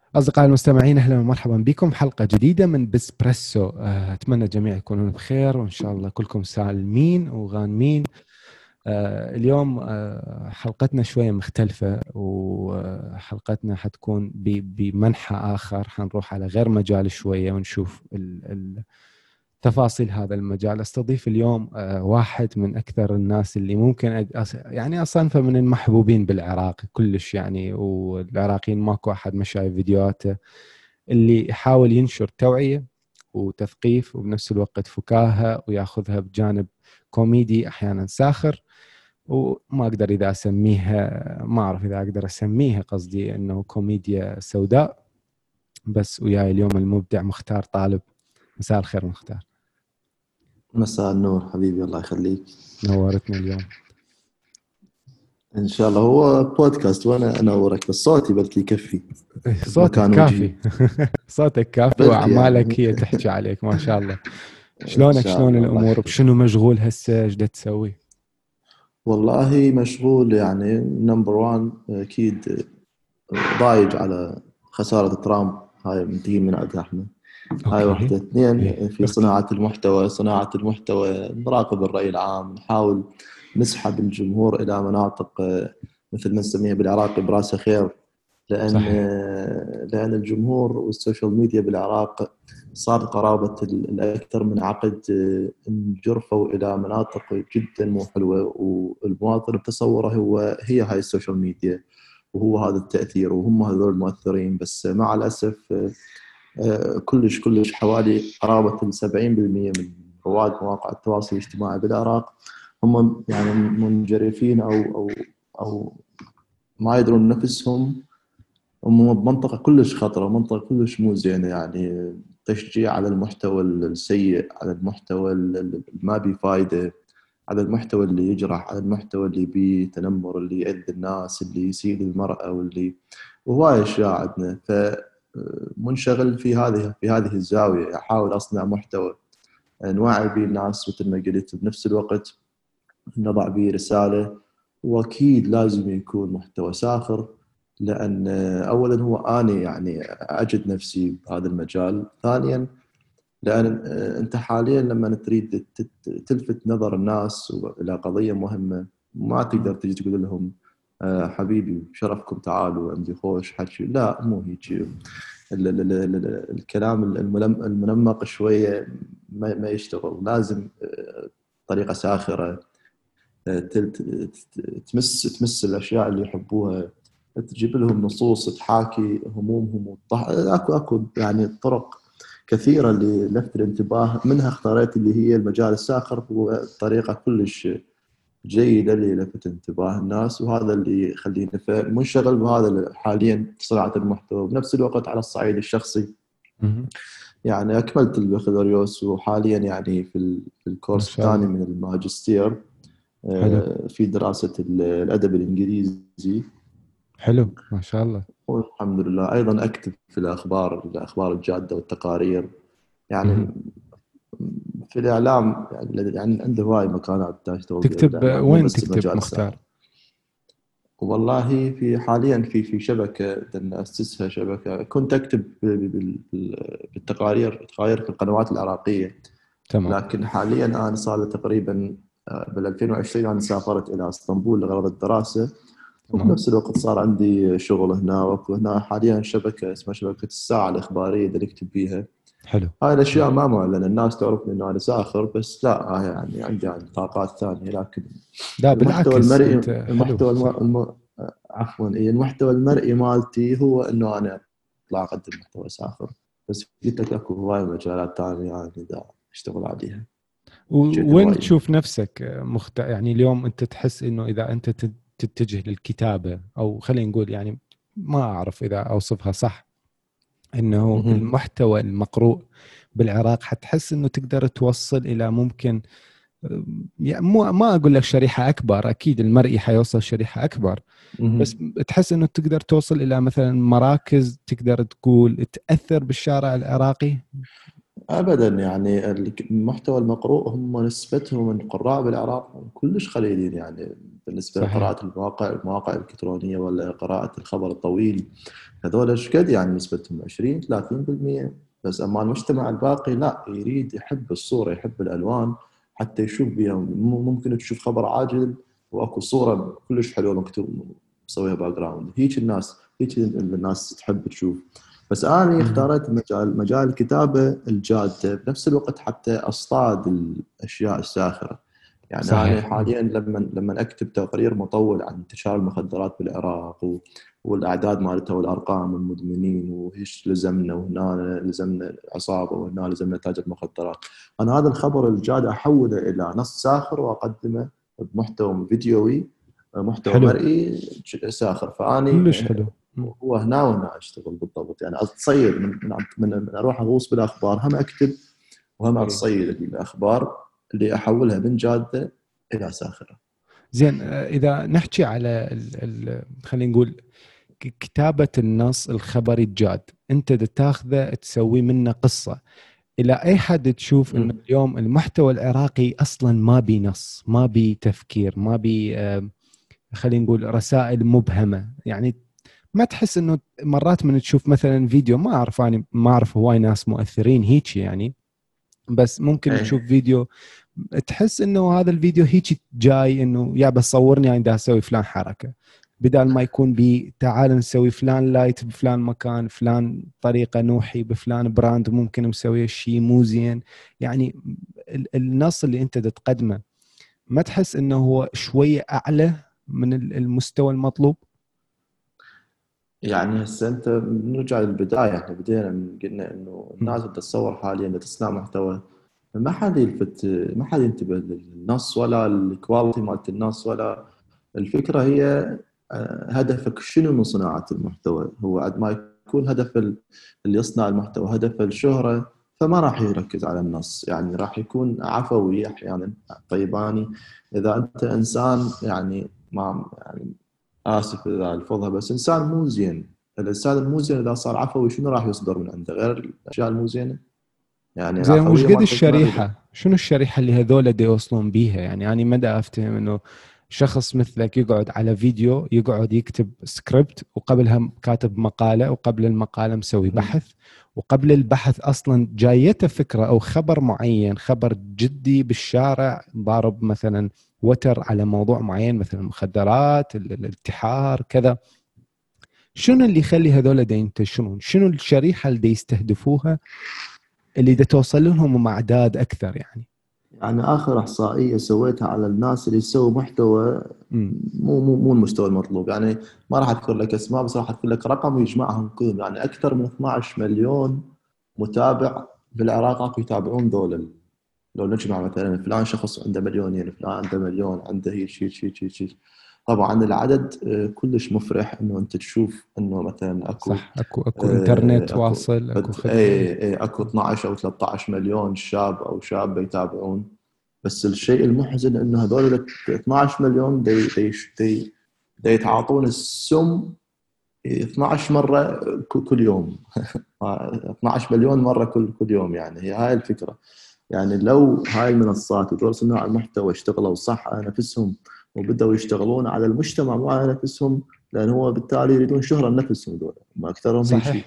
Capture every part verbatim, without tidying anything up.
أصدقائي المستمعين، أهلا ومرحبا بكم حلقة جديدة من بسبريسو. آه، أتمنى الجميع يكونون بخير وإن شاء الله كلكم سالمين وغانمين. آه، اليوم آه، حلقتنا شوية مختلفة، وحلقتنا حتكون ب- بمنحى آخر. حنروح على غير مجال شوية ونشوف ال- ال- تفاصيل هذا المجال. استضيف اليوم آه، واحد من أكثر الناس اللي ممكن أج- أص- يعني أصنفه من المحبوبين بالعراق كلش، يعني والعراقيين ماكو أحد ما شايف فيديوهاته، اللي يحاول ينشر توعية وتثقيف وبنفس الوقت فكاهة، وياخذها بجانب كوميدي أحيانا ساخر. وما أقدر إذا أسميها، ما أعرف إذا أقدر أسميها، قصدي أنه كوميديا سوداء. بس وياي اليوم المبدع مختار طالب. مساء الخير مختار. مساء النور حبيبي، الله يخليك. نورتنا اليوم. ان شاء الله هو بودكاست وانا انورك، بس صوتي بلكي يكفي صوتك بمكان وجهي. كافي. صوتك كافي بلكي وأعمالك يعني. هي تحكي عليك ما شاء الله. ان شلونك؟ شاء شلون الله الله الأمور؟ يحفظك. بشنو مشغول هسه؟ ايش دا تسوي؟ والله مشغول يعني نمبر وان اكيد. ضايج على خسارة ترامب، هاي منتهي من عندها احنا. هاي اوكي. واحدة. اثنين، ايه في احكي. صناعة المحتوى صناعة المحتوى نراقب الرأي العام، نحاول نسحب الجمهور إلى مناطق آه، مثل ما نسميها بالعراقي براسه خير. لأن صحيح. لأن الجمهور والسوشيال ميديا بالعراق صارت قرابة الأكثر من عقد، انجرفوا إلى مناطق جدا مو حلوة، والمواطن بتصوره هو هي هاي السوشيال ميديا، وهو هذا التأثير، وهم هذول المؤثرين. بس مع الأسف آه، كلش كلش حوالي قرابة سبعين بالمئة من رواد مواقع التواصل الاجتماعي بالعراق هم يعني منجرفين أو أو أو ما يدرون نفسهم. هم بمنطقة كلش خطرة، منطقة كلش مو زينة، يعني تشجيع على المحتوى السيء، على المحتوى اللي ما بيه فايدة، على المحتوى اللي يجرح، على المحتوى اللي بيه تنمر، اللي يأذي الناس، اللي يسيء للمرأة، واللي وهواي أشياء عندنا. فمنشغل في هذه في هذه الزاوية، أحاول أصنع محتوى نوعي به الناس مثل ما قلت، بنفس الوقت نضع به رسالة. وأكيد لازم يكون محتوى ساخر، لأن أولا هو أنا يعني أجد نفسي بهذا المجال. ثانيا لأن أنت حاليا لما تريد تلفت نظر الناس إلى قضية مهمة، ما تقدر تجي تقول لهم آه، حبيبي شرفكم تعالوا عندي خوش حكي، لا مو هيك. ال- ال- ال- ال- الكلام الملم- المنمق شوية ما ما يشتغل. لازم آه، طريقة ساخرة، تل- تمس تمس الاشياء اللي يحبوها، تجيب لهم نصوص تحاكي همومهم والطح... اكو اكو يعني طرق كثيره للفت الانتباه، منها اختاريت اللي هي المجال الساخر، هو طريقه كلش جيده للفت انتباه الناس، وهذا اللي يخليني ف- منشغل بهذا حاليا في صناعه المحتوى. بنفس الوقت على الصعيد الشخصي مهم. يعني اكملت البكالوريوس، وحاليا يعني في ال- في ما الكورس شاء الثاني الله. من الماجستير حلو. آه، في دراسة الأدب الإنجليزي. حلو ما شاء الله. والحمد لله أيضا أكتب في الأخبار الأخبار الجادة والتقارير يعني. مهم. في الإعلام يعني, يعني عنده هواي مكانات تشتغل فيها تكتب بالإعلام، مو وين؟ بس تكتب المجال مختار؟ الساخر. والله في حاليا في في شبكة بدنا نأسسها شبكة. كنت أكتب بال- بال- بال- بالتقارير تقارير في القنوات العراقية، تمام. لكن حاليا أنا صار لي تقريبا آه، بال ألفين وعشرين أنا سافرت إلى اسطنبول لغرض الدراسة، تمام. وبنفس الوقت صار عندي شغل هنا. واكو هنا حاليا شبكة اسمها شبكة الساعة الإخبارية اللي نكتب فيها. حلو. هاي حلو. الأشياء ما معلنة، الناس تعرفني إنه أنا ساخر، بس لا هاي يعني عندي يعني طاقات ثانية. لكن لا المحتوى بالعكس، المرئي انت حلو المحتوى الم... صح. الم... عفوا إيه، المحتوى المرئي مالتي هو إنه أنا أطلع أقدم محتوى ساخر. بس قلت لك أكو هواي مجالات ثانية يعني إذا أشتغل عليها. جيت وين الرأي. تشوف نفسك مخت... يعني اليوم انت تحس انه اذا انت تت- تتجه للكتابة، او خلينا نقول يعني ما اعرف اذا اوصفها صح، انه مهم. المحتوى المقروء بالعراق حتحس انه تقدر توصل الى ممكن، يعني مو ما اقول لك شريحة اكبر، اكيد المرئي حيوصل شريحة اكبر، بس مهم. تحس انه تقدر توصل الى مثلا مراكز تقدر تقول تأثر بالشارع العراقي. ابدا يعني المحتوى المقروء هم نسبتهم من قراء بالعراق كلش قليلين يعني، بالنسبه صحيح. لقراءه المواقع المواقع الالكترونيه ولا قراءه الخبر الطويل. هذول ايش قد يعني نسبتهم عشرين ثلاثين بالمئة. بس اما المجتمع الباقي لا، يريد يحب الصوره، يحب الالوان، حتى يشوف بها. ممكن تشوف خبر عاجل واكو صوره كلش حلوه مكتوب مسويها باك جراوند. هيك الناس هيك الناس تحب تشوف. بس انا اختاريت مجال مجال الكتابه الجاده، بنفس الوقت حتى اصطاد الاشياء الساخره. يعني صحيح. انا حاليا لما لما اكتب تقرير مطول عن انتشار المخدرات بالعراق و... والاعداد مالتها والارقام المدمنين، وهيش لزمنا وهنا لزمنا عصابه وهنا لزمنا تاجر مخدرات، انا هذا الخبر الجاد احوله الى نص ساخر واقدمه بمحتوى فيديوي، محتوى حلو. مرئي ساخر. فاني كلش حلو. هو هنا وهنا اشتغل بالضبط. يعني اتصيد من, من, من اروح اغوص بالاخبار، هم اكتب وهم اتصيد الاخبار اللي احولها من جاده الى ساخره. زين، اذا نحكي على ال ال خلينا نقول كتابه النص الخبري الجاد، انت تاخذه تسوي منه قصه، الى اي حد تشوف انه اليوم المحتوى العراقي اصلا ما بي نص، ما بي تفكير، ما بي خلينا نقول رسائل مبهمه. يعني ما تحس انه مرات من تشوف مثلا فيديو، ما اعرف انا ما اعرف هواي ناس مؤثرين هيك يعني، بس ممكن أيه. تشوف فيديو تحس انه هذا الفيديو هيك جاي انه يا بس صورني انا دا اسوي فلان حركه، بدل ما يكون بي تعال نسوي فلان لايت بفلان مكان، فلان طريقه نوحي بفلان براند ممكن مسوي شيء مو زين. يعني النص اللي انت تقدمه ما تحس انه هو شويه اعلى من المستوى المطلوب؟ يعني هسه انت نرجع للبدايه، احنا بدينا قلنا انه الناس اللي تتصور حاليا اللي تصنع محتوى ما حد يلفت، ما حد ينتبه للنص ولا الكواليتي مالت النص، ولا الفكره هي هدفك شنو من صناعه المحتوى. هو قد ما يكون هدف اللي يصنع المحتوى هدف الشهره، فما راح يركز على النص، يعني راح يكون عفوي احيانا طيباني. اذا انت انسان يعني ما يعني اسف اذا الفظها، بس انسان مو زين، الانسان المو زين اذا صار عفوي شنو راح يصدر من عنده غير الاشياء المو زينه؟ يعني زين، وش قد الشريحه؟ شنو الشريحه اللي هذول دا يوصلون بيها؟ يعني انا مدى افتهم انه شخص مثلك يقعد على فيديو، يقعد يكتب سكريبت، وقبلها كاتب مقاله، وقبل المقاله مسوي بحث، وقبل البحث اصلا جايته فكره او خبر معين، خبر جدي بالشارع ضارب مثلا وتر على موضوع معين مثل المخدرات، الانتحار، كذا. شنو اللي يخلي هذول دا ينتشرون؟ شنو الشريحه اللي دا يستهدفوها اللي دا توصل لهم اعداد اكثر؟ يعني يعني اخر احصائيه سويتها على الناس اللي يسووا محتوى مو مو مو المستوى المطلوب، يعني ما راح اذكر لك اسماء، بس راح اذكر لك رقم يجمعهم كلهم. يعني اكثر من اثنا عشر مليون متابع بالعراق يتابعون ذول. لو نجمع مثلا فلان شخص عنده مليونين، فلان عنده مليون، عنده هيك هيك هيك هيك. طبعا العدد كلش مفرح انه انت تشوف انه مثلا اكو صح، اكو اكو آه انترنت أكو واصل، اكو خدمه، اي اي اكو اثنعش او ثلاثة عشر مليون شاب او شابه يتابعون. بس الشيء المحزن انه هذول ال اثنعش مليون دي دي دي, دي يتعاطون السم اثنعش مره كل يوم اثنعش مليون مره كل كل يوم. يعني هي هاي الفكره. يعني لو هاي المنصات وذول صناع المحتوى اشتغلوا صح على نفسهم وبدأوا يشتغلون على المجتمع مو على نفسهم، لأن هو بالتالي يريدون شهرة لنفسهم دول ما أكثرهم هيك شيء.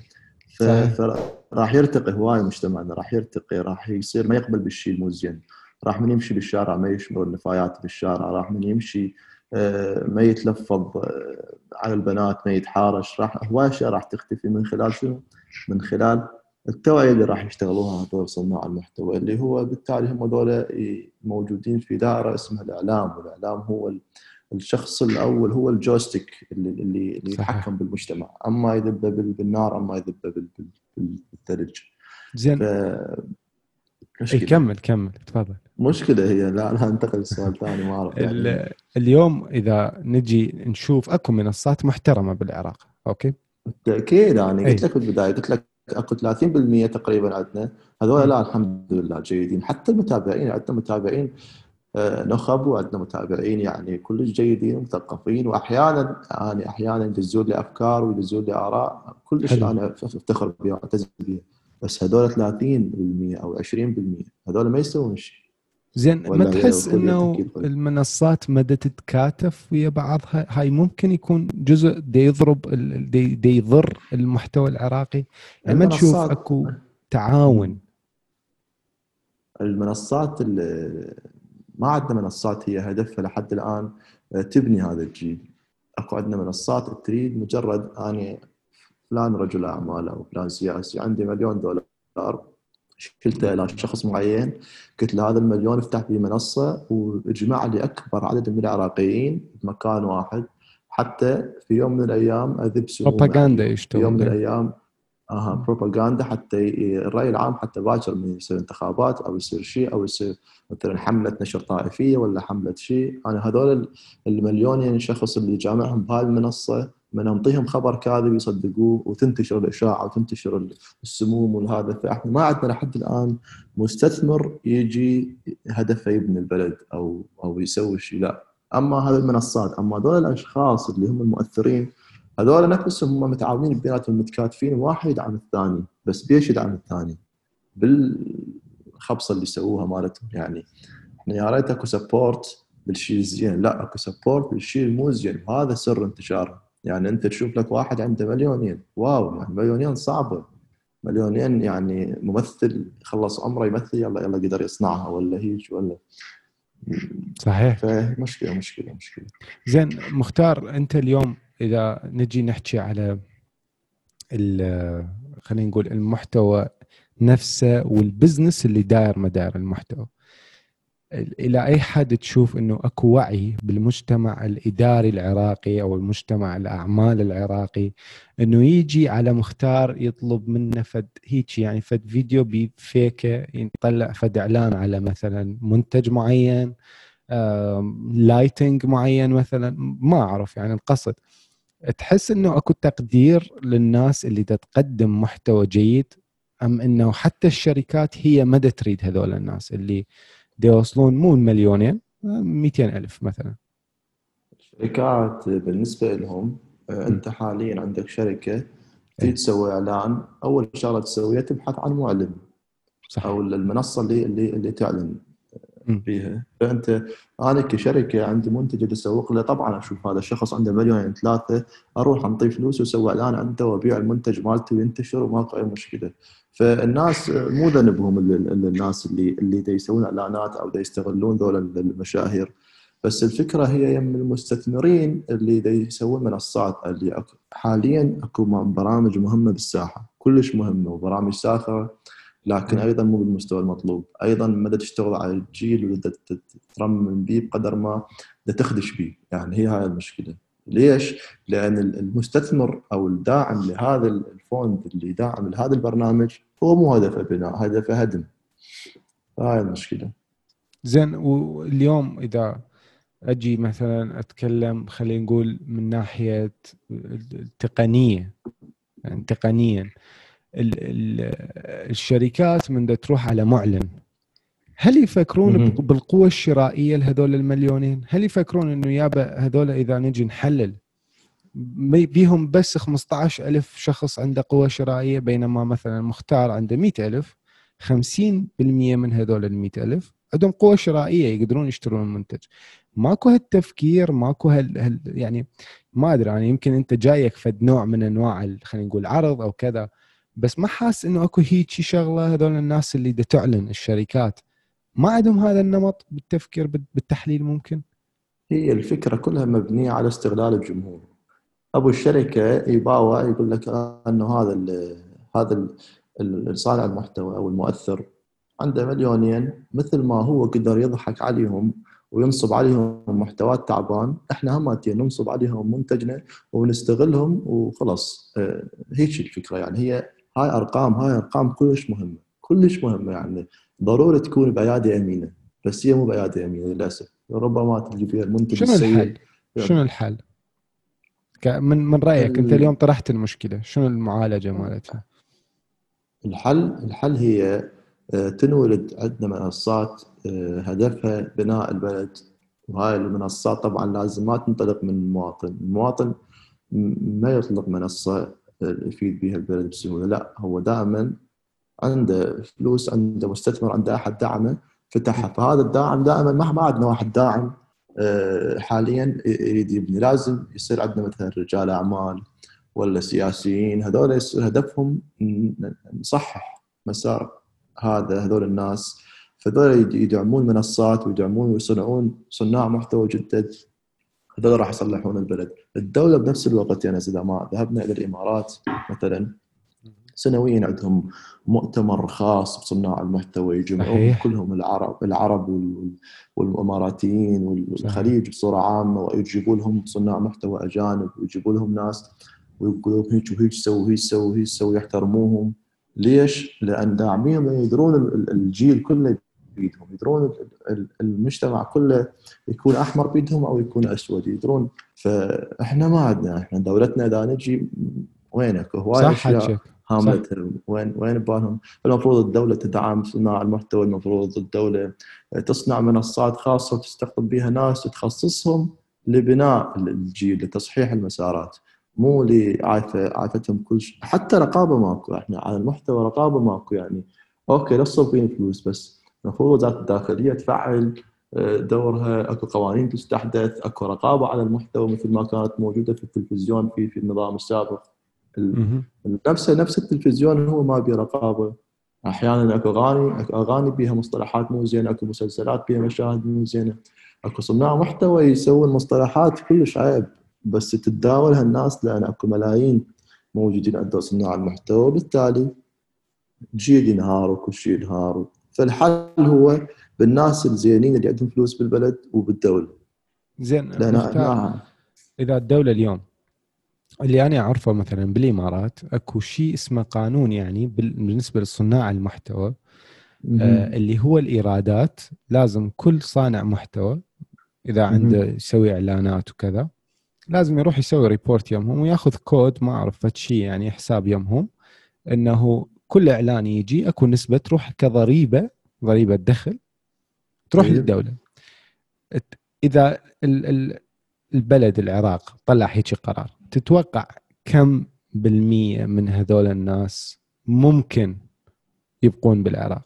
فراح يرتقي هواي مجتمعنا، راح يرتقي، راح يصير ما يقبل بالشيء المو زين. راح من يمشي بالشارع ما يشمر النفايات بالشارع، راح من يمشي ما يتلفظ على البنات، ما يتحارش. راح هواي أشياء راح تختفي من خلال شنو؟ من خلال التوعية اللي راح يشتغلوها هذول صناع المحتوى، اللي هو بالتالي هم هذول موجودين في دائرة اسمها الإعلام. والإعلام هو الشخص الأول، هو الجويستيك اللي اللي, اللي يتحكم بالمجتمع، أما يذبه بالنار أما يذبه بالثلج. زين، ف... اي كمل كمل تفضل. مشكلة هي لا لا انتقل لسؤال ثاني ما أعرف. يعني اليوم إذا نجي نشوف أكو منصات محترمة بالعراق، أوكي؟ بالتأكيد. يعني قلت لك بالبداية، قلت لك اكو ثلاثين بالمئة تقريبا عندنا هذول لا الحمد لله جيدين. حتى المتابعين عندنا متابعين نخب، وعندنا متابعين يعني كلش جيدين مثقفين، واحيانا يعني احيانا يدزون لي افكار ويدزون لي اراء كلش انا افتخر بها واعتز بها. بس هذول ثلاثين بالمئة او عشرين بالمئة هذول ما يسوون شيء. زين، ما ولا هي تحس خذ يدك انه يدخل؟ المنصات مدى تتكاتف ويا بعضها؟ هاي ممكن يكون جزء دي يضرب ال- دي, دي يضر المحتوى العراقي. يعني ما تشوف المنصات اكو تعاون؟ المنصات اللي ما عندنا منصات هي هدفها لحد الآن تبني هذا الجيل. اكو عندنا منصات تريد مجرد اني فلان رجل اعمال او فلان سياسي عندي مليون دولار، شلته الى شخص معين، قلت له هذا المليون افتح به منصه واجمع لي اكبر عدد من العراقيين بمكان واحد، حتى في يوم من الايام اذب سمومه بروباغندا عليهم، في يوم يشتغل من إيه. الايام اها بروباغندا، حتى ي- الراي العام حتى باكر من يصير انتخابات او يصير شيء او يصير مثلا حمله نشر طائفيه ولا حمله شيء، انا هذول المليونين شخص اللي جامعهم بهاي المنصه من انطيهم خبر كاذب يصدقوه وتنتشر الاشاعه وتنتشر السموم والهذا. فاحنا ما عندنا لحد الان مستثمر يجي هدفه يبني البلد او او يسوي شيء، لا. اما هذه المنصات، اما هذول الاشخاص اللي هم المؤثرين، هذول نفسهم هم متعاونين بيناتهم متكاتفين، واحد يدعم الثاني، بس بيش يدعم الثاني بالخبصه اللي يسووها مالتهم. يعني احنا يا ريت اكو سبورت للشيء الزين، لا اكو سبورت للشيء المو زين، وهذا سر انتشاره. يعني انت تشوف لك واحد عنده مليونين، واو، يعني مليونين صعبه، مليونين يعني ممثل خلص عمره يمثل، يلا يلا قدر يصنعها ولا هيك ولا. صحيح. فمشكله مشكله مشكله. زين مختار، انت اليوم اذا نجي نحكي على ال- خلينا نقول المحتوى نفسه والبزنس اللي داير مدار المحتوى، إلى أي حد تشوف أنه أكو وعي بالمجتمع الإداري العراقي أو المجتمع الأعمال العراقي أنه يجي على مختار يطلب منه فد هيك، يعني فد فيديو بفيكه يطلع فد إعلان على مثلا منتج معين، لايتنج معين مثلا، ما أعرف يعني القصد. تحس أنه أكو تقدير للناس اللي تقدم محتوى جيد، أم أنه حتى الشركات هي مدى تريد هذول الناس اللي دي يوصلون مو المليونين، مئتين ألف مثلا؟ الشركات بالنسبة لهم، آه، م. أنت حاليا عندك شركة تريد ايه تسوي إعلان، أول شغلة تسويها تبحث عن معلن صح. أو المنصة اللي اللي اللي تعلن م. فيها. فأنت، أنا كشركة عندي منتج بدي أسوق له، طبعا أشوف هذا الشخص عنده مليونين ثلاثة، أروح أنطيه فلوس وأسوي إعلان عنده وأبيع المنتج مالتي وينتشر وماكو أي مشكلة. فالناس آه، مو ذنبهم ال- ال- الناس اللي اللي دا يسوون إعلانات أو دا يستغلون ذول المشاهير. بس الفكره هي يم المستثمرين اللي دا يسوون منصات، اللي أكو حاليا اكو برامج مهمه بالساحه، كلش مهمه وبرامج ساخره، لكن م. ايضا مو بالمستوى المطلوب. ايضا ما دا تشتغل على الجيل ودا ترمم بيه بقدر ما دا تخدش بيه. يعني هي هاي المشكله. ليش؟ لان المستثمر او الداعم لهذا الفوند اللي يدعم لهذا البرنامج هو مو هدفه بناء، هدفه هدم. هاي المشكله. زين، واليوم إذا أجي مثلا أتكلم خلينا نقول من ناحية التقنية، يعني تقنيا ال- ال- الشركات من دا تروح على معلن، هل يفكرون بق- مهم. بالقوة الشرائية لهذول المليونين؟ هل يفكرون أنه يابا هذول إذا نجي نحلل بي- بيهم بس خمسة عشر ألف شخص عنده قوة شرائية، بينما مثلا مختار عنده مئة ألف، خمسين بالمئة من هذول المئة ألف عندهم قوة شرائية يقدرون يشترون المنتج. ماكو هالتفكير، ماكو هال, هال يعني ما أدري، يعني يمكن أنت جايك فد نوع من أنواع ال- خلينا نقول عرض أو كذا، بس ما حاس أنه أكو هيك شغلة. هذول الناس اللي دا تعلن الشركات ما عندهم هذا النمط بالتفكير بالتحليل ممكن؟ هي الفكره كلها مبنيه على استغلال الجمهور. ابو الشركه يباوع يقول لك انه هذا ال هذا ال- ال- صانع المحتوى او المؤثر عنده مليونين، مثل ما هو قدر يضحك عليهم وينصب عليهم محتوى تعبان، احنا هم ننصب عليهم منتجنا ونستغلهم وخلص. آه، هيك الفكره. يعني هي هاي ارقام، هاي ارقام كلش مهمه، كلش مهمه. يعني ضروري تكون بأيادي امينه، بس هي مو بأيادي امينه للاسف. ربما تجي فيها المنتج شنو الحل؟ السيء. شنو الحل ك- من من رأيك أنت ال- اليوم طرحت المشكلة، شنو المعالجة مالتها؟ الحل الحل هي آه، تنولد عندنا منصات آه، هدفها بناء البلد. وهاي المنصات طبعا لازم ما تنطلق من المواطن. المواطن م- ما يطلق منصة آه، يفيد بها البلد بسهولة، لا، هو دائما عنده فلوس، عنده مستثمر، عنده أحد دعمه، فتحها. فهذا الداعم دائما ما ما عندنا واحد داعم آه، حاليا يريد يبني. لازم يصير عندنا مثلا رجال اعمال ولا سياسيين، هذول يصير هدفهم نصحح مسار هذا هذول الناس. فهذول يدعمون منصات ويدعمون ويصنعون صناع محتوى جدد، هذول راح يصلحون البلد. الدولة بنفس الوقت يعني إذا ما ذهبنا إلى الإمارات مثلا، سنويا عندهم مؤتمر خاص بصناع المحتوى، يجمعون صحيح. كلهم العرب العرب وال- والاماراتيين صحيح. والخليج بصوره عامه، ويجيبوا لهم صناع محتوى اجانب ويجيبوا لهم ناس ويقولوا هيك وهيك سووا هيك سووا وهيك سووا، يحترموهم. ليش؟ لان داعمين يدرون ال- الجيل كله بيدهم، يدرون ال- ال- المجتمع كله يكون احمر بيدهم او يكون اسود، يدرون. فاحنا ما عندنا، احنا دولتنا اذا نجي وينك هواي صح اشياء حكيك. صح. هاملتها، وين وين ببالهم. المفروض الدولة تدعم صناع المحتوى، المفروض الدولة تصنع منصات خاصة وتستقطب بها ناس تخصصهم لبناء الجيل، لتصحيح المسارات، مو لعايفة عايفتهم كل شيء. حتى رقابة ماكو، احنا على المحتوى رقابة ماكو يعني. اوكي نصرف فين فلوس، بس المفروض وزارة الداخلية تفعل آه، دورها، اكو قوانين تستحدث، اكو رقابة على المحتوى مثل ما كانت موجودة في التلفزيون في في النظام السابق. مهم. نفس نفس التلفزيون هو ما بيه رقابه. احيانا اكو اغاني اكو اغاني بيها مصطلحات مو زينه، اكو مسلسلات بيها مشاهد مو زينه، اكو صناع محتوى يسوون مصطلحات كلش عيب، بس تتداولها الناس لان اكو ملايين موجودين عندهم صناع المحتوى، وبالتالي جيل ينهار وكل شيء ينهار. فالحل هو بالناس الزينين اللي عندهم فلوس بالبلد وبالدوله. زين لان مختار، هنا اذا الدوله اليوم اللي انا اعرفه مثلا بالامارات اكو شيء اسمه قانون يعني بال- بالنسبه لصناع المحتوى، آه اللي هو الايرادات. لازم كل صانع محتوى اذا عنده يسوي اعلانات وكذا لازم يروح يسوي ريبورت يمهم وياخذ كود، ما اعرف فد شيء يعني حساب يمهم، انه كل اعلان يجي اكو نسبه تروح كضريبه، ضريبه دخل تروح طيب. للدوله. ات- اذا ال- ال- البلد العراق طلع هيك قرار، تتوقع كم بالمية من هذول الناس ممكن يبقون بالعراق؟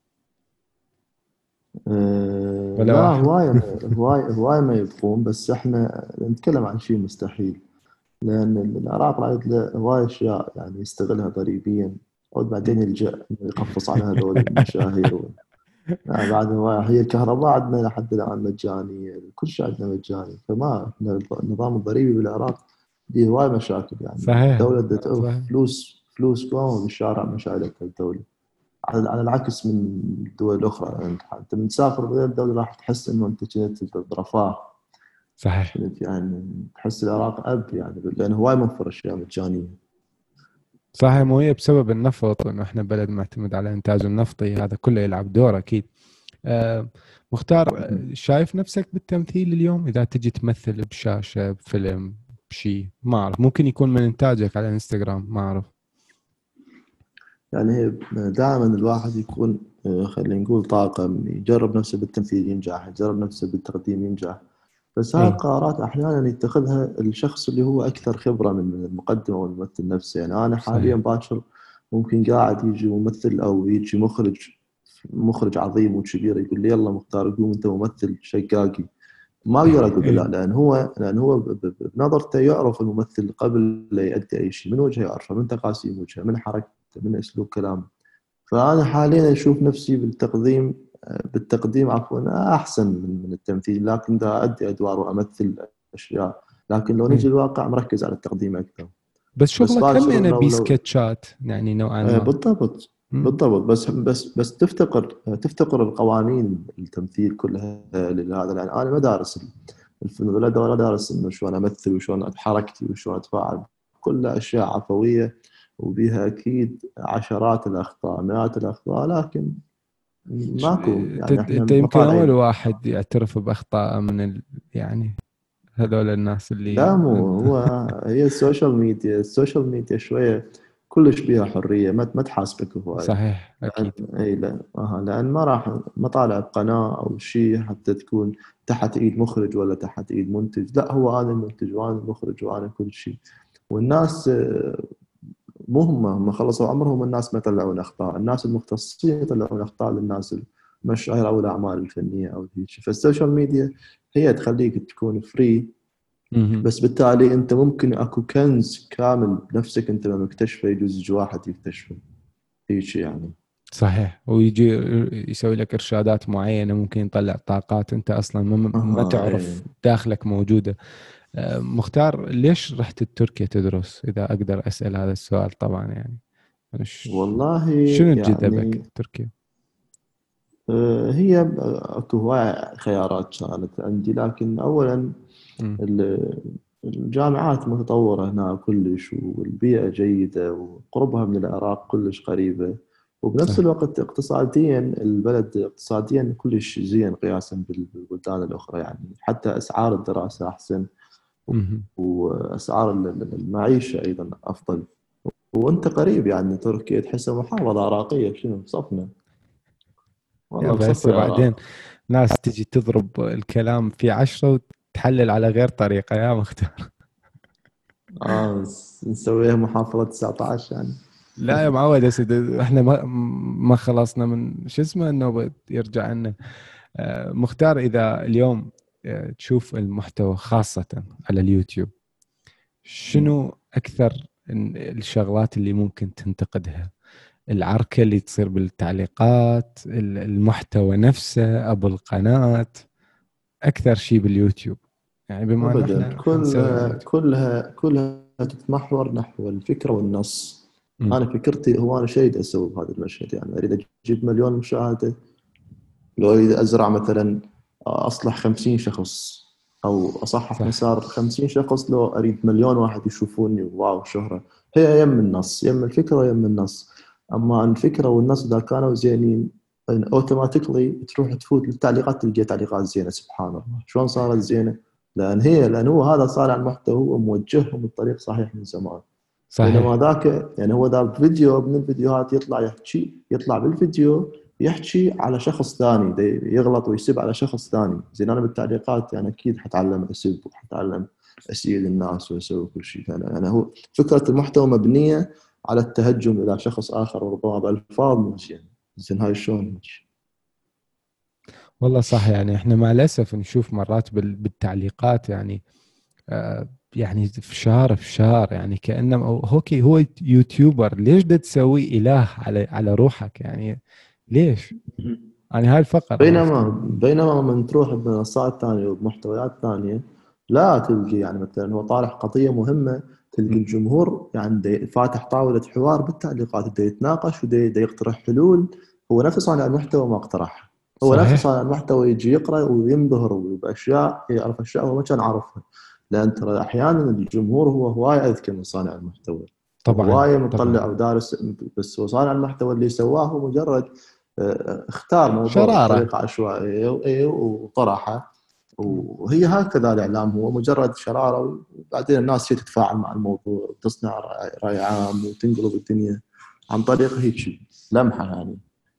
أه ولا لا، واحد؟ هواية هواية هواية ما يبقون، بس احنا نتكلم عن شيء مستحيل. لأن العراق رايد له هواية أشياء يعني يستغلها ضريبيا، وبعدين يلجأ إنه يقفص على هذول المشاهير و... يعني بعد هواية. هي الكهرباء عندنا لحد الآن مجانية، كل شيء عندنا مجاني. فما إحنا النظام الضريبي بالعراق فيه هواية مشاكل. يعني صحيح. الدولة بدها تعوف صحيح. فلوس فلوس قوم بالشارع مشايلتها الدولة، على على العكس من الدول الأخرى. يعني أنت من تسافر بغير الدولة راح تحس إنه أنت كنت برفاه، صحيح. كنت يعني تحس العراق أب يعني، لأنه هواي موفر أشياء مجانية. صحيح، مو هي بسبب النفط، وانه احنا بلد معتمد على انتاج النفطي، هذا كله يلعب دور اكيد. آه مختار، آه، شايف نفسك بالتمثيل اليوم؟ اذا تجي تمثل بشاشة بفيلم بشيء، ما اعرف، ممكن يكون من انتاجك على انستغرام، ما اعرف. يعني هي دائما الواحد يكون آه، خلينا نقول طاقم، يجرب نفسه بالتمثيل ينجح، يجرب نفسه بالتقديم ينجح. بس هاي اي. القرارات أحيانا يتخذها الشخص اللي هو أكثر خبرة من من المقدم أو الممثل نفسه. يعني أنا حاليا صحيح. باكر ممكن قاعد يجي ممثل أو يجي مخرج مخرج عظيم وكبير يقول لي يلا مختار قوم أنت ممثل شقاقي، ما اقدر اقول له اي. لا. لان هو لان هو ب- ب- بنظرته يعرف الممثل قبل لا يؤدي اي شيء، من وجهه يعرفه، من تقاسيم وجهه، من حركته، من اسلوب كلامه. فانا حاليا اشوف نفسي بالتقديم بالتقديم عفوا احسن من من التمثيل، لكن دا ادي ادوار وامثل اشياء. لكن لو نجي اي. الواقع مركز على التقديم اكثر. بس بس شغلك هم باكر يعني لو بي لو سكتشات يعني نوعا آه، ما. بالضبط. مم. بالضبط. بس بس بس تفتقر تفتقر القوانين التمثيل كلها لهذا. لان انا ما دارس الفيلم ولا ولا دارس انه شلون امثل وشلون حركتي وشلون اتفاعل، كلها اشياء عفويه وبيها اكيد عشرات الاخطاء مئات الاخطاء، لكن ش- ماكو انت يعني احنا انت يمكن اول مطالعين. واحد يعترف باخطاء من ال... يعني هذول الناس لا اللي. مو هو، هي السوشيال ميديا السوشيال ميديا شويه كلش بيها حريه، ما ما تحاسبك هواي. صحيح لأن اكيد. اي لا آه لان ما راح ما طالع بقناه او شيء حتى تكون تحت ايد مخرج ولا تحت ايد منتج. لا، هو انا المنتج وانا المخرج وانا كل شيء. والناس آه، مو هم هم خلصوا عمرهم، الناس ما يطلعون اخطاء، الناس المختصين يطلعون اخطاء للناس مشاهير او الاعمال الفنيه او هيك. فالسوشيال ميديا هي تخليك تكون فري، مهم. بس بالتالي انت ممكن اكو كنز كامل بنفسك انت ما مكتشفه يجوز يجي واحد يكتشفه هيك يعني. صحيح، ويجي يسوي لك إرشادات معينة، ممكن يطلع طاقات أنت أصلا ما ما اها تعرف ايه. داخلك موجودة. آه، مختار، ليش رحت تركيا تدرس؟ إذا أقدر أسأل هذا السؤال طبعا يعني. ش- والله شنو جذبك يعني تركيا؟ آه، هي اكو هواية خيارات كانت عندي، لكن اولا مم. ال- الجامعات متطورة هنا كلش، والبيئة جيدة، وقربها من العراق كلش قريبة، وبنفس صح. الوقت اقتصاديا البلد اقتصاديا كلش زين قياسا بالبلدان الأخرى، يعني حتى أسعار الدراسة أحسن، مهم. وأسعار المعيشة أيضا أفضل. وأنت قريب يعني تركيا تحسها محافظة عراقية، شنو بصفنا، يا والله بصف بس بعدين العراق. ناس تجي تضرب الكلام في عشرة وتحلل على غير طريقة يا مختار. آه نسويها محافظة تسعة عشر يعني. لا يا معود يا سيدي، احنا ما ما خلصنا من شو اسمه انه يرجع لنا. آه، مختار، اذا اليوم آه، تشوف المحتوى خاصة على اليوتيوب، شنو اكثر ال- الشغلات اللي ممكن تنتقدها؟ العركة اللي تصير بالتعليقات، ال- المحتوى نفسه، ابو القناة، اكثر شيء باليوتيوب؟ يعني بما انه أبدا، احنا حنسوي على كلها اليوتيوب. كلها كلها تتمحور نحو الفكرة والنص. أمم، أنا فكرتي هو أنا شيء أسوي بهذا المشهد، يعني أريد أجيب مليون مشاهدة، لو أريد أزرع مثلا أصلح خمسين شخص، أو أصحح صح. مسار خمسين شخص، لو أريد مليون واحد يشوفوني واو شهرة. هي يم النص، يم الفكرة ويم النص. أما الفكرة والنص إذا كانوا زينين اوتوماتيكلي تروح تفوت للتعليقات تلقى تعليقات زينة. سبحان الله شلون صارت زينة؟ لأن هي لأن هو هذا صانع المحتوى، هو موجههم بالطريق صحيح من زمان. بينما صحيح. ذاك يعني هو ذا فيديو من الفيديوهات يطلع يحكي، يطلع بالفيديو يحكي على شخص ثاني، دي يغلط ويسب على شخص ثاني. زين انا بالتعليقات يعني اكيد حتعلم اسب، وحتعلم اسيء للناس واسوي كل شيء. يعني, يعني هو فكره المحتوى مبنيه على التهجم الى شخص اخر، وربما بالفاظ مو زين. زين هاي شلون؟ والله صح، يعني احنا مع الأسف نشوف مرات بال- بالتعليقات يعني آه، يعني في شهر في شهر، يعني كأنه هوكي هو يوتيوبر، ليش ده تسوي إله على على روحك يعني؟ ليش؟ يعني هاي الفقر عرفت. بينما بينما من تروح بمنصات ثانية وبمحتويات ثانية، لا تلقي يعني مثلا هو طارح قضية مهمة، تلقي م. الجمهور يعني دي فاتح طاولة حوار بالتعليقات، دي يتناقش ودي دي يقترح حلول. هو نفس صانع المحتوى ما اقترحها، هو نفس صحيح. صانع المحتوى يجي يقرأ وينبهر بأشياء، يعرف أشياء هو ما كان عارفها. لأن ترى أحيانا الجمهور هو هواية أذكى من صانع المحتوى، طبعا وهواية مطلع طبعا. ودارس. بس هو صانع المحتوى اللي سواه هو مجرد اختار موضوع شرارة. بطريقة عشوائية وإيه وطرحه. وهي هكذا الإعلام، هو مجرد شرارة، وبعدين الناس هي تتفاعل مع الموضوع وتصنع رأي رأي عام وتنقلب الدنيا عن طريق هيك لمحة يعني.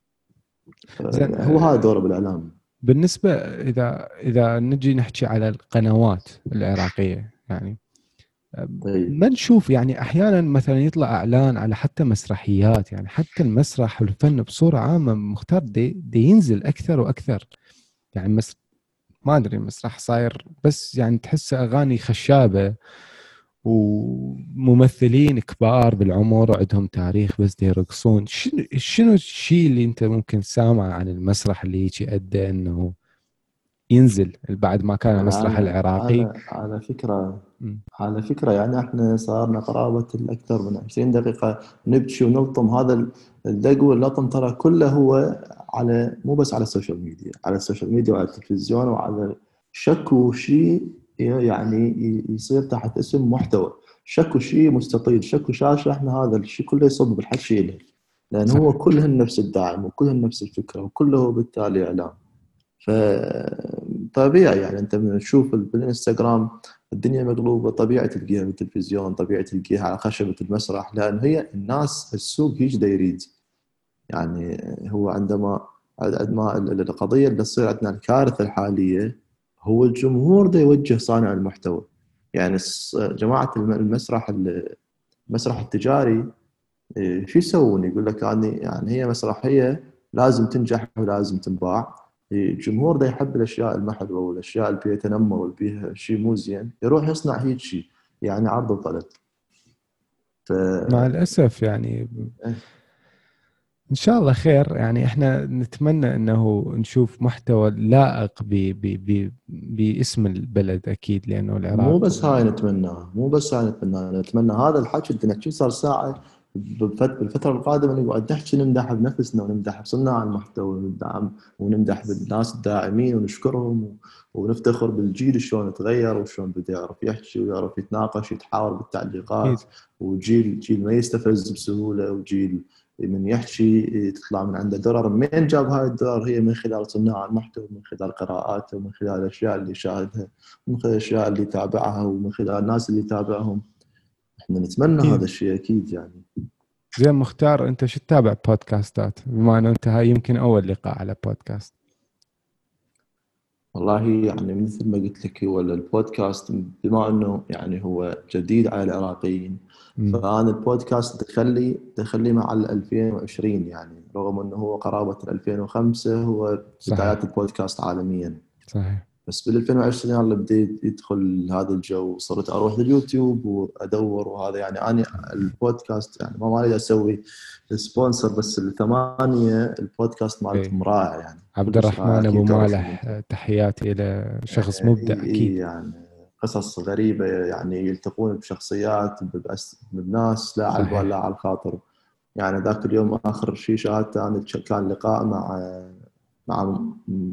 زين. هو هذا آه، دوره بالإعلام. بالنسبة إذا إذا نجي نحكي على القنوات العراقية يعني، أي. ما نشوف يعني احيانا مثلا يطلع اعلان على حتى مسرحيات، يعني حتى المسرح والفن بصوره عامه مختار دي, دي ينزل اكثر واكثر. يعني مس ما ادري، المسرح صاير بس يعني تحس اغاني خشابه، وممثلين كبار بالعمر وعندهم تاريخ بس دي يرقصون. شنو شنو الشيء اللي انت ممكن سامع عن المسرح اللي يجي ادى انه ينزل بعد ما كان على المسرح على العراقي؟ على على فكرة م. على فكرة يعني احنا صارنا قرابة الأكثر من عشرين دقيقة نبكي ونلطم. هذا الدق واللطم ترى كله هو على، مو بس على السوشيال ميديا، على السوشيال ميديا وعلى التلفزيون وعلى شكو شيء يعني يصير تحت اسم محتوى. شكو شيء مستطيل، شكو شاشة، احنا هذا الشيء كله يصب بالحكي له، لأن صح. هو كلهن نفس الداعم وكلهن نفس الفكرة وكله بالتالي إعلام. فطبيعي يعني انت من تشوف بالانستغرام الدنيا مقلوبه، طبيعي تلقيها بالتلفزيون، طبيعي تلقيها على خشبه المسرح، لان هي الناس السوق هيج دا يريد. يعني هو عندما عندما القضيه اللي تصير عندنا الكارثه الحاليه، هو الجمهور دا يوجه صانع المحتوى. يعني جماعه المسرح المسرح التجاري إيه، شو يسوون؟ يقول لك يعني يعني هي مسرحيه لازم تنجح ولازم تنباع. الجمهور ده يحب الاشياء المحلوه والاشياء اللي فيها تنمر واللي فيها شيء مو زين، يروح يصنع هيك شيء، يعني عرض وطلب. ف مع الأسف يعني إن شاء الله خير. يعني إحنا نتمنى أنه نشوف محتوى لائق ب ب ب باسم البلد أكيد، لأنه مو العراق بس هاي نتمناه، مو بس هاي نتمناه، نتمنى هذا الحكي اللي نحكي صار ساعة بالفت- بالفترة القادمة نقعد نحكي، نمدح بنفسنا ونمدح بصناع المحتوى وندعم ونمدح بالناس الداعمين ونشكرهم و- ونفتخر بالجيل شلون تغير وشلون بده يعرف يحكي ويعرف يتناقش يتحاور بالتعليقات. أكيد. وجيل جيل ما يستفز بسهولة، وجيل من يحكي تطلع من عنده درر. من جاب هاي الدرر؟ هي من خلال صناع المحتوى، من خلال قراءاته، ومن خلال الأشياء اللي يشاهدها، من خلال الاشياء اللي يتابعها، ومن خلال الناس اللي يتابعهم. احنا نتمنى هذا أكيد. الشيء اكيد يعني. زين مختار، أنت شو تتابع بودكاستات، بما أنه أنت هاي يمكن أول لقاء على بودكاست؟ والله يعني مثل ما قلت لك، هو البودكاست بما انه يعني هو جديد على العراقيين، مم. فانا البودكاست دخلي دخلي مع ال ألفين وعشرين، يعني رغم انه هو قرابه ال ألفين وخمسة هو بدايات صحيح. البودكاست عالميا. صحيح. بس بال ألفين وعشرين يلا بديت يدخل هذا الجو، صرت اروح لليوتيوب وادور وهذا. يعني انا البودكاست يعني ما اريد اسوي سبونسر، بس الثمانيه البودكاست إيه. مالتهم رائع، يعني عبد كلش رائع، الرحمن أبو اكيد تعرفهم انت. مالح، تحياتي إلى شخص اي مبدع اي أكيد. يعني قصص غريبه، يعني يلتقون بشخصيات بأس- بناس لا على البال لا صحيح. على الخاطر. يعني ذاك اليوم اخر شيء شاهدته انا كان لقاء مع مع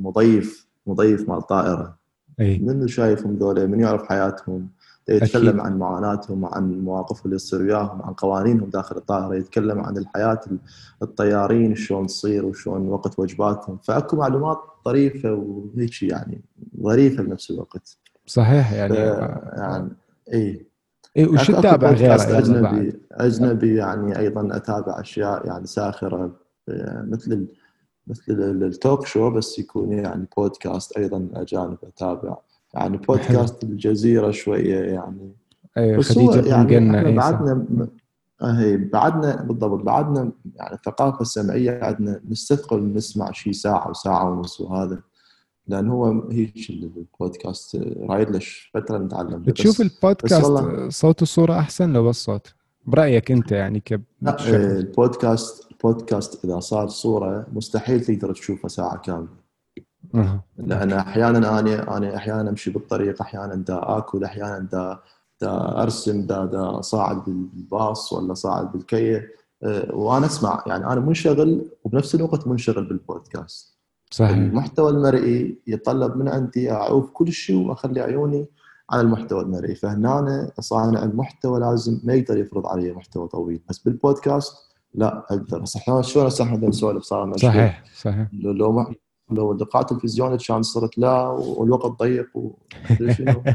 مضيف مضيف مع الطائره. أي. من شايفهم ذولا، من يعرف حياتهم، يتكلم أكيد. عن معاناتهم، عن المواقف اللي تصير وياهم، عن قوانينهم داخل الطائرة، يتكلم عن الحياة الطيارين شلون تصير وشلون وقت وجباتهم. فأكو معلومات طريفة وهيك يعني ظريفة بنفس الوقت. صحيح يعني. فيعني اي إيه، وشو اكو اكو تتابع غيره بودكاست يلا بعد؟ اجنبي اجنبي يعني ايضا اتابع اشياء يعني ساخره، مثل ال مثل ال- التوك شو، بس يكون يعني بودكاست ايضا اجانب اتابع. يعني حلو. بودكاست الجزيره شويه يعني. أي، بس هو خديجة بن يعني جنة، احنا أي صح. بعدنا م- هي بعدنا بالضبط، بعدنا يعني الثقافه السمعيه عندنا نستثقل نسمع شيء ساعه وساعه ونص وهذا، لان هو هيك البودكاست رايد لش فتره نتعلم له. تشوف بس بس البودكاست والله صوت وصورة أحسن لو بس صوت، برأيك أنت يعني لا، آه، كشخص؟ البودكاست البودكاست اذا صار صوره مستحيل تقدر تشوفه ساعه كامله. أها. لان أوكي. احيانا انا انا احيانا امشي بالطريق، احيانا دا اكل، احيانا دا دا ارسم، دا دا صاعد بالباص ولا صاعد بالكيه، آه، وانا اسمع. يعني انا منشغل وبنفس الوقت منشغل بالبودكاست. صحيح. المحتوى المرئي يتطلب من عندي اعوف كل شيء واخلي عيوني على المحتوى المرئي. فهنا أنا صانع المحتوى لازم ما يقدر يفرض علي محتوى طويل، بس بالبودكاست لا اقدر. صح شلون هسه احنا نسولف صار لنا ايش قد، صحيح. صحيح. لو لو ما لو لقاء تلفزيوني كان صرت لا والوقت ضيق ومدري شنو.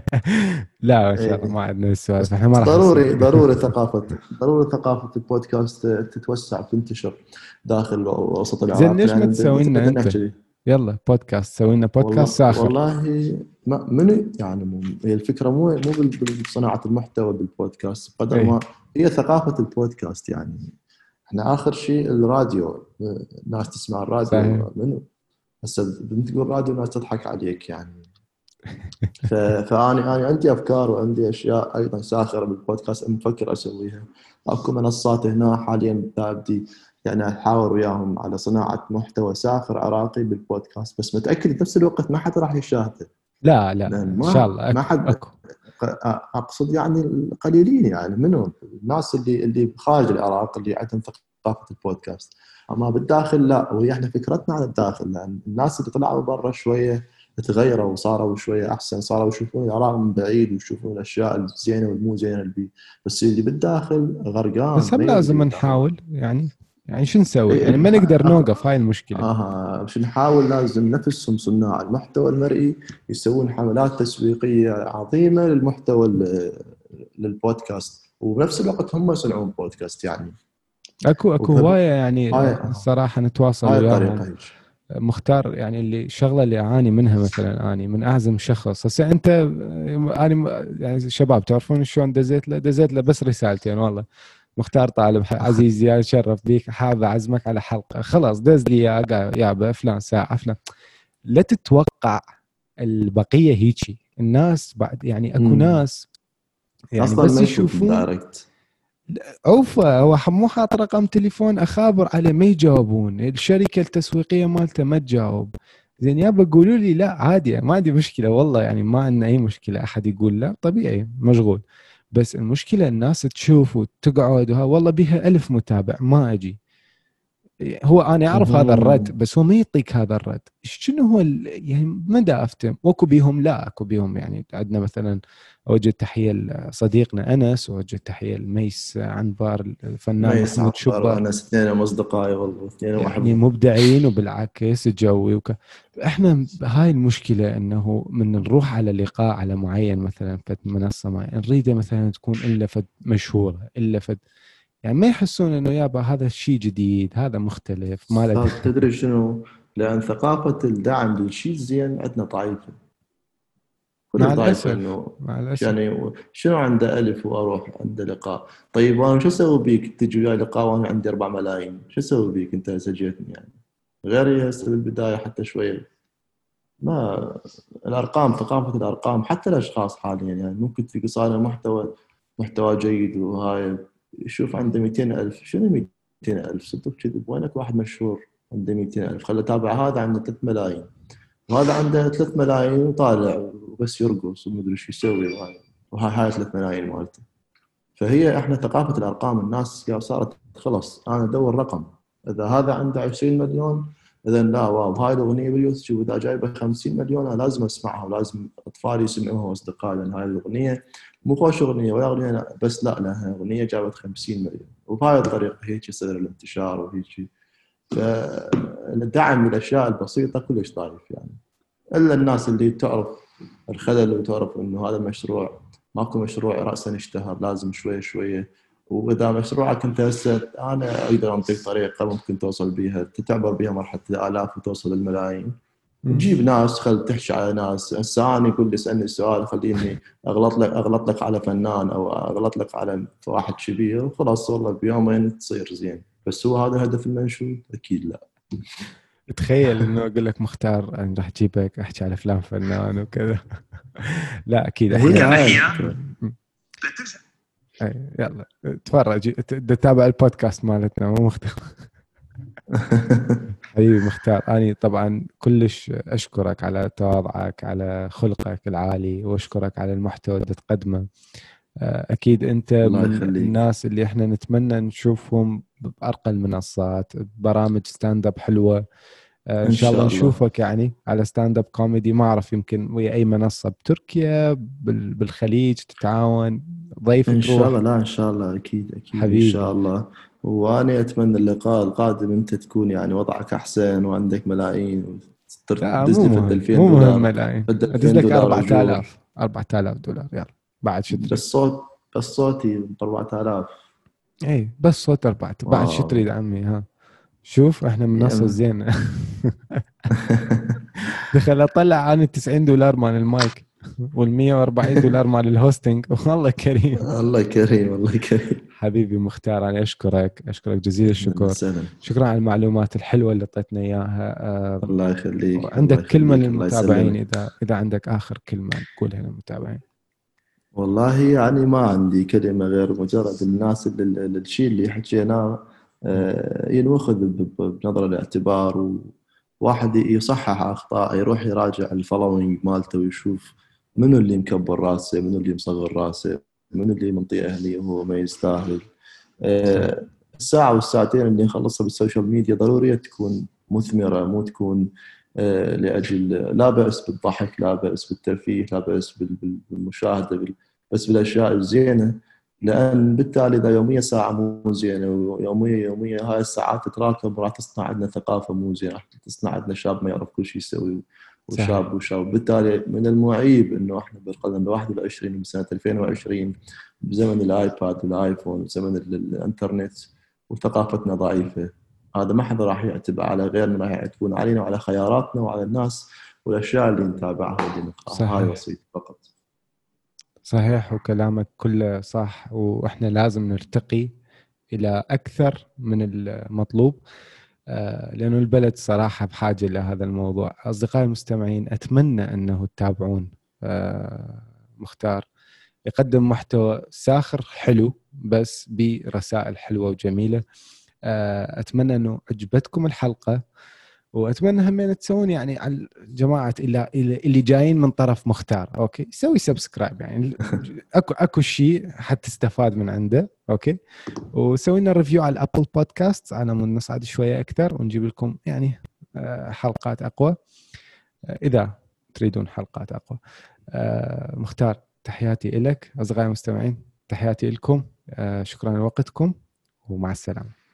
لا ما شاء الله ايه ما عندنا السوالف، بس احنا ما راح نصير. ضروري ضروري ثقافة ضروري ثقافة البودكاست تتوسع وتنتشر داخل وسط زين العراق، ليش ما لأن تسوي مثل لنا ما انت؟ نحكي. يلا بودكاست، سوي لنا بودكاست والله ساخر. والله ما من يعني مو هي الفكرة مو مو بال- بصناعة المحتوى بالبودكاست قدر اي. ما هي ثقافة البودكاست. يعني احنا آخر شيء الراديو، الناس تسمع صحيح. الراديو منو؟ هسه بنت تقول راديو الناس تضحك عليك يعني. ف- فأنا أنا عندي أفكار وعندي أشياء أيضا ساخرة بالبودكاست مفكر أسويها. أكو منصات هنا حاليا بدي يعني أحاور وياهم على صناعة محتوى ساخر عراقي بالبودكاست، بس متأكد بنفس الوقت ما حد راح يشاهده. لا لا لأن ان شاء ما الله ما اكو حد، اكو. أقصد يعني القليلين، يعني منهم الناس اللي اللي خارج العراق اللي عندهم ثقافة البودكاست. أما بالداخل لا، وهي احنا فكرتنا عن الداخل، لأن الناس اللي طلعوا برا شوية تغيروا وصاروا شويه احسن، صاروا يشوفون العراق من بعيد ويشوفون الاشياء الزينه والمو زينه اللي بيه. بس اللي بالداخل غرقان بس هم ما لازم يدري هو. نحاول يعني. يعني شو نسوي اي يعني، ما نح- نقدر أخ... نوقف، هاي المشكلة. آه مش نحاول، لازم نفسهم صناع المحتوى المرئي يسوون حملات تسويقيه عظيمه للمحتوى ال- للبودكاست، وبنفس الوقت هم يصنعون بودكاست يعني. اكو اكو وبهب... هواية يعني. هاي الصراحة نتواصل هاي وياهم. الطريقه هيك. مختار يعني اللي الشغله اللي اعاني منها مثلا، اني من اعزم شخص هسه انت، انا يعني شباب تعرفون شلون دزيت له دزيت له بس رسالتين والله. مختار طالب عزيز يا شرف بيك، حابة أعزمك على حلقة، خلاص دز لي يا يا فلان ساعة فلان. لا تتوقع البقية هيجي الناس بعد، يعني أكو امم ناس يعني اصلا بس ما يفوت يشوفون دايركت. اوفا هو مو حاط رقم تليفون اخابر عليه ما يجاوبون، الشركه التسويقيه مالته ما تجاوب. زين يابا قولوا لي لا عادي ما عندي مشكله والله، يعني ما عندنا اي مشكله احد يقول لا طبيعي مشغول. بس المشكله الناس تشوف وتقعد وها والله بيها ألف متابع ما اجي. هو انا اعرف هذا الرد مهم. بس هو ما يعطيك هذا الرد. شنو هو ال- يعني مدى افتهم واكو بيهم لا اكو بيهم. يعني عندنا مثلا اوجه تحيه لصديقنا انس، واوجه تحيه لميس عنبار ما الفنان محمود يسعفر، شبه، وانا اثنين اصدقائي والله، اثنين يعني احبهم. مبدعين وبالعكس تجوي وك... احنا هاي المشكله انه من نروح على لقاء على معين مثلا فد منصه ما نريده مثلا تكون الا فد مشهوره الا فد، يعني ما يحسون انه يابا هذا الشيء جديد هذا مختلف ما له صار دخل. تدري شنو؟ لان ثقافه الدعم للشيء الزين عندنا ضعيفه، مع كلش ضعيفه. الاسف انه مع الاسف. يعني شنو عنده الف واروح عنده لقاء؟ طيب وانا شو اسوي بيك تجي وياي لقاء وانا عندي أربعة ملايين؟ شو اسوي بيك انت سجيتني يعني؟ غير هسه بالبدايه حتى شويه ما الارقام، ثقافه الارقام حتى الاشخاص حاليا يعني ممكن تلقى صانع محتوى محتوى جيد وهاي يشوف عنده مئتين ألف. شنو مئتين ألف؟ صدق كذب. وينك واحد مشهور عنده مئتين ألف؟ خلي اتابع هذا عنده ثلاثة ملايين، وهذا عنده ثلاثة ملايين وطالع وبس يرقص ومدري شو يسوي، وهاي وهاي هاي ثلاثة ملايين مالته. فهي احنا ثقافه الارقام الناس يا صارت خلاص انا ادور رقم، اذا هذا عنده عشرين مليون اذا لا واو هاي الاغنيه باليوتيوب اذا جايبه خمسين مليون انا لازم اسمعها ولازم اطفالي يسمعوها واصدقائي، لان هاي الاغنيه مو خوش اغنيه ولا اغنيه لا بس لا لها اغنيه جابت خمسين مليون. وبهاي الطريقه هيك يصير الانتشار وهيك. فالدعم للاشياء البسيطه كلش ضعيف يعني، الا الناس اللي تعرف الخلل وتعرف انه هذا المشروع ماكو مشروع راسا اشتهر، لازم شويه شويه. واذا مشروعك انت هسه انا اقدر انطيك طريقه ممكن توصل بيها تعبر بيها مرحله الالاف وتوصل للملايين. مم. تجيب ناس خل تحكي على ناس. هسه انا يقول لي اسالني السؤال خليني اغلط لك اغلط لك على فنان او اغلط لك على واحد كبير وخلاص والله بيومين تصير زين. بس هو هذا الهدف المنشود؟ اكيد لا. تخيل انه اقول لك مختار انا راح اجيبك احكي على افلام فنان وكذا. لا اكيد هي احنا هاي أي يلا تفرج تتابع البودكاست مالتنا مو مختار. حبيبي مختار أنا طبعا كلش أشكرك على تواضعك على خلقك العالي، وأشكرك على المحتوى اللي تقدمه. أكيد أنت الله من يخليك. الناس اللي إحنا نتمنى نشوفهم بأرقى المنصات، برامج ستاند اب حلوة. إن ان شاء الله شاء الله. نشوفك يعني على ستاند اب كوميدي، ما أعرف يمكن ويا أي منصة بتركيا بالخليج تتعاون ضيف ان شاء الله، تروح. لا ان شاء الله اكيد اكيد ان شاء حبيبي الله. وانا اتمنى اللقاء القادم انت تكون يعني وضعك احسن وعندك ملايين لا مو وتدز لي فد مهم ألفين مو مهم دولار ملايين، فد ادز ألفين لك دولار اجور. أربعة آلاف أربعة آلاف دولار يلا بعد شو بس تريد. صوت بس صوتي ب أربعة آلاف. اي بس صوت أربعة بعد شو واو. تريد عمي ها. شوف احنا منصة يعني زينة. دخل اطلع عن تسعين دولار مال المايك وال مية وأربعين دولار مال الهوستنج. والله كريم. الله كريم الله كريم. حبيبي مختار انا اشكرك اشكرك جزيل اهلا الشكر. وسهلا. شكرا على المعلومات الحلوة اللي اعطيتنا اياها. آه، الله يخليك الله عندك كلمة يخليك الله للمتابعين، يسلمك. اذا اذا عندك اخر كلمة تقولها للمتابعين. والله يعني ما عندي كلمة غير مجرد الناس اللي اللي- الشيء اللي حكيناه آه، ينوخذ ب- ب- بنظر الاعتبار، وواحد يصحح أخطاء، يروح يراجع الفولوينج مالته ويشوف منو اللي مكبر راسه منو اللي مصغر راسه منو اللي منطيه أهلية وهو ما يستاهل. صح آه، الساعة والساعتين اللي نخلصها بالسوشيال ميديا ضرورية تكون مثمرة، مو تكون آه، لأجل لا بأس بالضحك لا بأس بالترفيه لا بأس بال- بال- بالمشاهدة بال- بس بالأشياء الزينة. لأن بالتالي إذا يومية ساعة مو زينة ويومية يومية هاي الساعات تتراكم راح تصنع عندنا ثقافة مو زينة، راح تصنع عندنا شاب ما يعرف كل شيء يسوي وشاب صحيح وشاب. بالتالي من المعيب انه احنا بالقرن الواحد والعشرين بسنه ألفين وعشرين بزمن الايباد والايفون وزمن ال- الانترنت وثقافتنا ضعيفه. هذا ما حدا راح يعتبر على غيرنا، راح يعتبون علينا وعلى خياراتنا وعلى الناس والاشياء اللي نتابعها واللي نقراها. هاي صحيح وصيتي فقط. صحيح وكلامك كله صح، واحنا لازم نرتقي إلى أكثر من المطلوب، لأنه البلد صراحة بحاجة لهذا الموضوع. أصدقائي المستمعين، أتمنى أنه تتابعون مختار، يقدم محتوى ساخر حلو بس برسائل حلوة وجميلة. أتمنى أنه عجبتكم الحلقة، وأتمنى هم أن تسوون يعني على جماعة اللي, اللي جايين من طرف مختار، أوكي، سوي سبسكرايب يعني أكو أكو شيء حتى تستفاد من عنده، أوكي، وسوي لنا ريفيو على الأبل بودكاست على من نصعد شوية أكثر ونجيب لكم يعني حلقات أقوى إذا تريدون حلقات أقوى. مختار، تحياتي لك. أصدقائي المستمعين، تحياتي لكم. شكرا لوقتكم ومع السلامة.